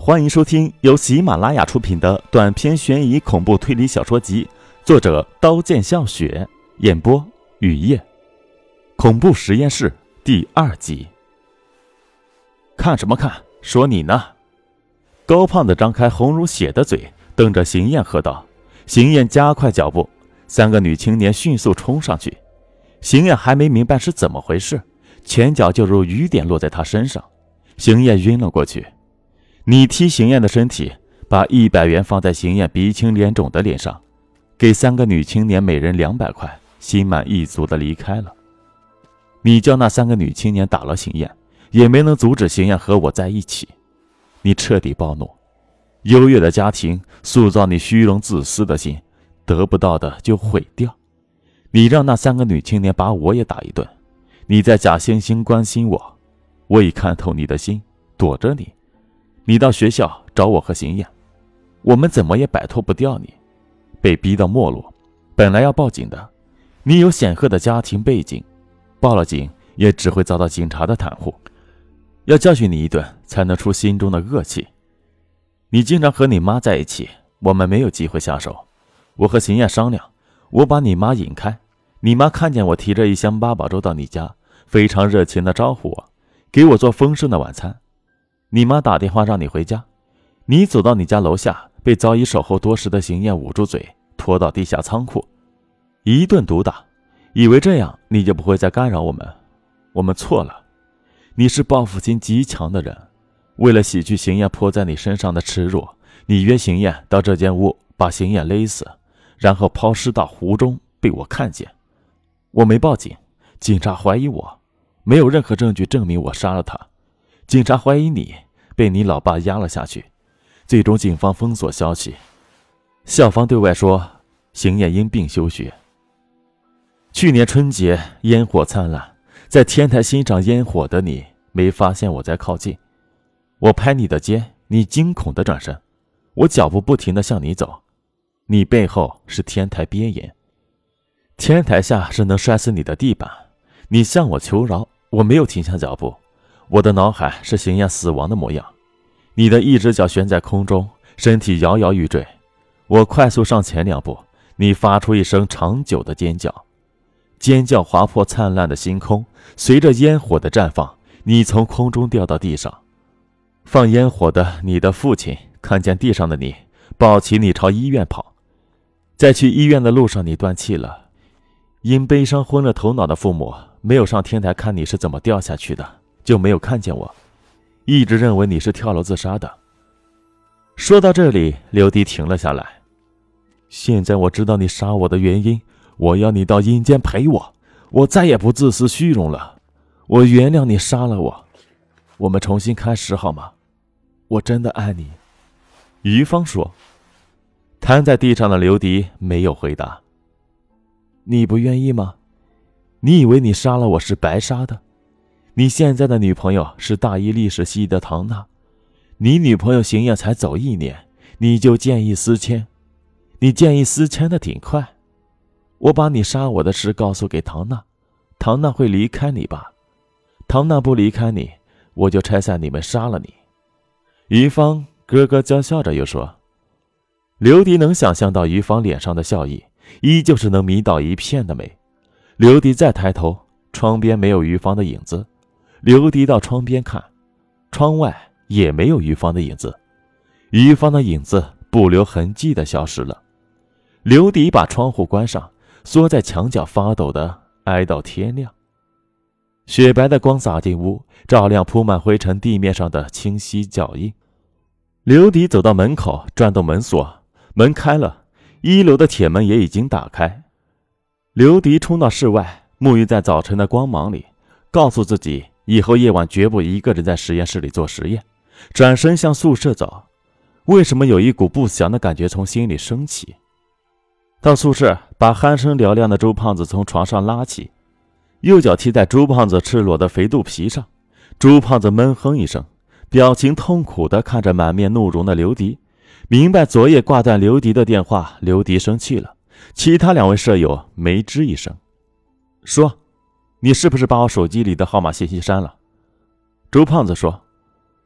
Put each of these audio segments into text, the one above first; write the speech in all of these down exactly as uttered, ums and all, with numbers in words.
欢迎收听由喜马拉雅出品的短篇悬疑恐怖推理小说集，作者刀剑笑雪，演播雨夜。恐怖实验室第二集。看什么看，说你呢。高胖子张开红如血的嘴，瞪着邢燕喝道。邢燕加快脚步，三个女青年迅速冲上去。邢燕还没明白是怎么回事，拳脚就如雨点落在她身上，邢燕晕了过去。你踢邢燕的身体，把一百元放在邢燕鼻青脸肿的脸上，给三个女青年每人两百块，心满意足地离开了。你叫那三个女青年打了邢燕，也没能阻止邢燕和我在一起。你彻底暴怒，优越的家庭塑造你虚荣自私的心，得不到的就毁掉。你让那三个女青年把我也打一顿，你在假惺惺关心我，我已看透你的心，躲着你。你到学校找我和邢燕，我们怎么也摆脱不掉你，被逼到没落，本来要报警的。你有显赫的家庭背景，报了警也只会遭到警察的袒护，要教训你一顿才能出心中的恶气。你经常和你妈在一起，我们没有机会下手。我和邢燕商量，我把你妈引开，你妈看见我提着一箱八宝粥到你家，非常热情地招呼我，给我做丰盛的晚餐。你妈打电话让你回家，你走到你家楼下，被早已守候多时的邢燕捂住嘴，拖到地下仓库，一顿毒打，以为这样你就不会再干扰我们。我们错了，你是报复心极强的人，为了洗去邢燕泼在你身上的耻辱，你约邢燕到这间屋，把邢燕勒死，然后抛尸到湖中，被我看见。我没报警，警察怀疑我，没有任何证据证明我杀了他。警察怀疑你，被你老爸压了下去。最终警方封锁消息，校方对外说邢燕因病休学。去年春节烟火灿烂，在天台欣赏烟火的你没发现我在靠近，我拍你的肩，你惊恐地转身，我脚步不停地向你走，你背后是天台边沿，天台下是能摔死你的地板，你向我求饶，我没有停下脚步，我的脑海是邢燕死亡的模样，你的一只脚悬在空中，身体摇摇欲坠，我快速上前两步，你发出一声长久的尖叫，尖叫划破灿烂的星空，随着烟火的绽放，你从空中掉到地上。放烟火的你的父亲看见地上的你，抱起你朝医院跑，在去医院的路上你断气了，因悲伤昏了头脑的父母没有上天台看你是怎么掉下去的，就没有看见我，一直认为你是跳楼自杀的。说到这里，刘迪停了下来。现在我知道你杀我的原因，我要你到阴间陪我，我再也不自私虚荣了，我原谅你杀了我，我们重新开始好吗？我真的爱你。于芳说。瘫在地上的刘迪没有回答。你不愿意吗？你以为你杀了我是白杀的？你现在的女朋友是大一历史系的唐娜，你女朋友邢燕才走一年，你就见异思迁，你见异思迁的挺快。我把你杀我的事告诉给唐娜，唐娜会离开你吧？唐娜不离开你，我就拆散你们杀了你。于芳咯咯娇笑着又说。刘迪能想象到于芳脸上的笑意，依旧是能迷倒一片的美。刘迪再抬头，窗边没有于芳的影子。刘迪到窗边看，窗外也没有于芳的影子，于芳的影子不留痕迹地消失了。刘迪把窗户关上，缩在墙角发抖地挨到天亮。雪白的光洒进屋，照亮铺满灰尘地面上的清晰脚印。刘迪走到门口，转动门锁，门开了，一楼的铁门也已经打开。刘迪冲到室外，沐浴在早晨的光芒里，告诉自己以后夜晚绝不一个人在实验室里做实验，转身向宿舍走。为什么有一股不祥的感觉从心里升起？到宿舍，把鼾声嘹亮的周胖子从床上拉起，右脚踢在周胖子赤裸的肥肚皮上。周胖子闷哼一声，表情痛苦地看着满面怒容的刘迪，明白昨夜挂断刘迪的电话，刘迪生气了。其他两位舍友没吱一声。说，你是不是把我手机里的号码信息删了？周胖子说。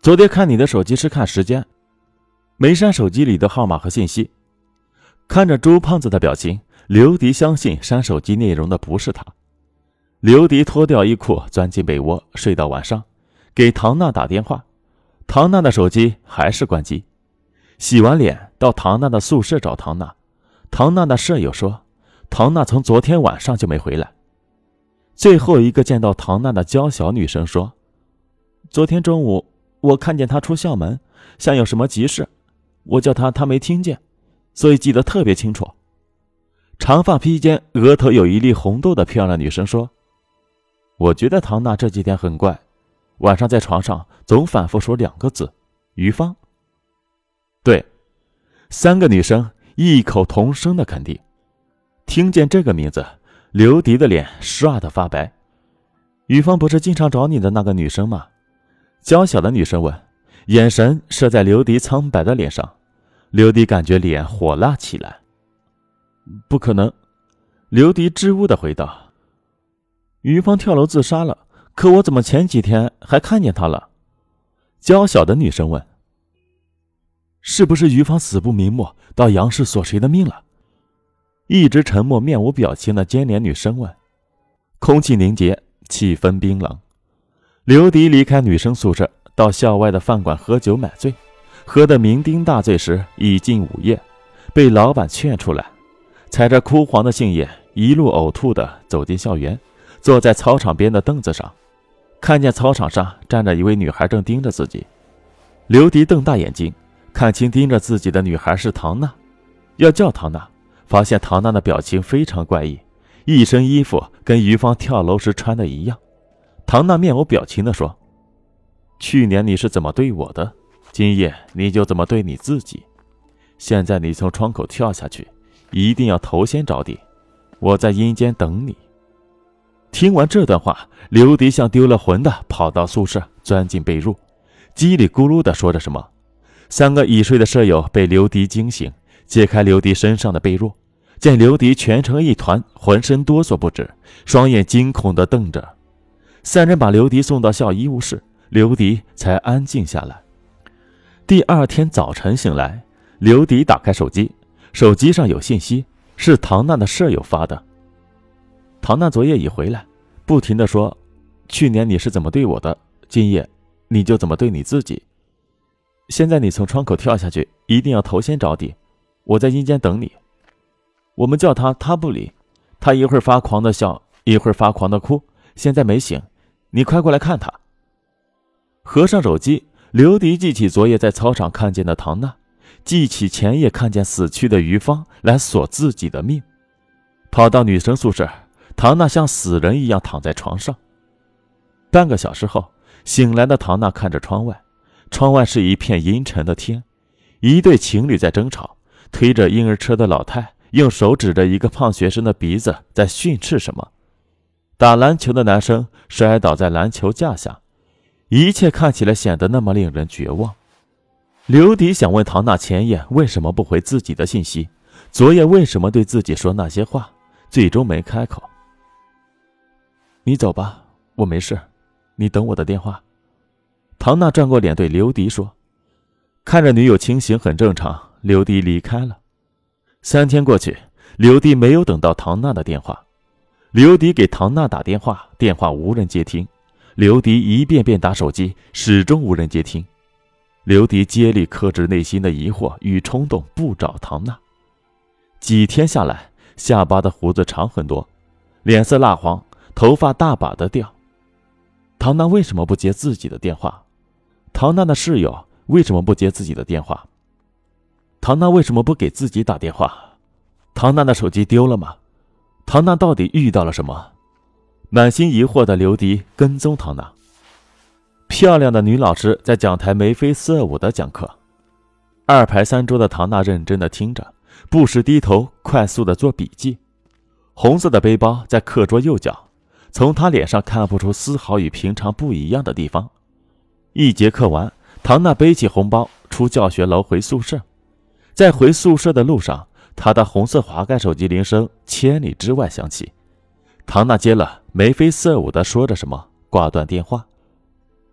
昨天看你的手机是看时间，没删手机里的号码和信息。看着周胖子的表情，刘迪相信删手机内容的不是他。刘迪脱掉衣裤，钻进被窝，睡到晚上，给唐娜打电话。唐娜的手机还是关机。洗完脸到唐娜的宿舍找唐娜，唐娜的舍友说，唐娜从昨天晚上就没回来。最后一个见到唐娜的娇小女生说，昨天中午我看见她出校门，像有什么急事，我叫她她没听见，所以记得特别清楚。长发披肩，额头有一粒红豆的漂亮女生说，我觉得唐娜这几天很怪，晚上在床上总反复说两个字，于芳。对，三个女生异口同声的肯定。听见这个名字，刘迪的脸唰的发白。于芳不是经常找你的那个女生吗？娇小的女生问，眼神射在刘迪苍白的脸上。刘迪感觉脸火辣起来。不可能，刘迪支吾的回道，于芳跳楼自杀了，可我怎么前几天还看见她了？娇小的女生问，是不是于芳死不瞑目，到杨氏索谁的命了？一直沉默面无表情的尖脸女生问。空气凝结，气氛冰冷。刘迪离开女生宿舍，到校外的饭馆喝酒买醉，喝得酩酊大醉时已近午夜，被老板劝出来，踩着枯黄的杏叶，一路呕吐的走进校园，坐在操场边的凳子上，看见操场上站着一位女孩正盯着自己。刘迪瞪大眼睛，看清盯着自己的女孩是唐娜，要叫唐娜，发现唐娜的表情非常怪异，一身衣服跟于芳跳楼时穿的一样。唐娜面无表情地说，去年你是怎么对我的，今夜你就怎么对你自己。现在你从窗口跳下去，一定要头先着地，我在阴间等你。听完这段话，刘迪像丢了魂的跑到宿舍，钻进被褥，叽里咕噜地说着什么。三个已睡的舍友被刘迪惊醒，揭开刘迪身上的被褥，见刘迪蜷成一团，浑身哆嗦不止，双眼惊恐地瞪着。三人把刘迪送到校医务室，刘迪才安静下来。第二天早晨醒来，刘迪打开手机，手机上有信息，是唐娜的舍友发的。唐娜昨夜已回来，不停地说，去年你是怎么对我的，今夜你就怎么对你自己。现在你从窗口跳下去，一定要头先着地，我在阴间等你。我们叫他，他不理，他一会儿发狂的笑，一会儿发狂的哭，现在没醒，你快过来看他。合上手机，刘迪记起昨夜在操场看见的唐娜，记起前夜看见死去的于芳，来索自己的命。跑到女生宿舍，唐娜像死人一样躺在床上。半个小时后，醒来的唐娜看着窗外，窗外是一片阴沉的天，一对情侣在争吵，推着婴儿车的老太用手指着一个胖学生的鼻子在训斥什么。打篮球的男生摔倒在篮球架下，一切看起来显得那么令人绝望。刘迪想问唐娜前夜为什么不回自己的信息，昨夜为什么对自己说那些话，最终没开口。你走吧，我没事，你等我的电话。唐娜转过脸对刘迪说。看着女友清醒很正常，刘迪离开了。三天过去，刘迪没有等到唐娜的电话。刘迪给唐娜打电话，电话无人接听。刘迪一遍遍打手机，始终无人接听。刘迪竭力克制内心的疑惑与冲动，不找唐娜。几天下来，下巴的胡子长很多，脸色蜡黄，头发大把的掉。唐娜为什么不接自己的电话？唐娜的室友为什么不接自己的电话？唐娜为什么不给自己打电话？唐娜的手机丢了吗？唐娜到底遇到了什么？满心疑惑的刘迪跟踪唐娜。漂亮的女老师在讲台眉飞色舞的讲课，二排三桌的唐娜认真的听着，不时低头快速的做笔记。红色的背包在课桌右角，从她脸上看不出丝毫与平常不一样的地方。一节课完，唐娜背起红包出教学楼回宿舍。在回宿舍的路上，她的红色滑盖手机铃声千里之外响起。唐娜接了，眉飞色舞地说着什么，挂断电话。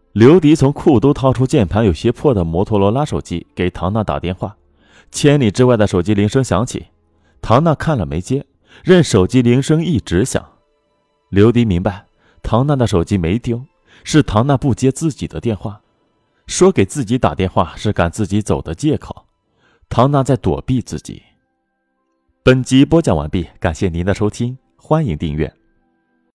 刘迪从裤兜掏出键盘有些破的摩托罗拉手机，给唐娜打电话。千里之外的手机铃声响起，唐娜看了没接，任手机铃声一直响。刘迪明白，唐娜的手机没丢，是唐娜不接自己的电话，说给自己打电话是赶自己走的借口。唐娜在躲避自己。本集播讲完毕，感谢您的收听，欢迎订阅。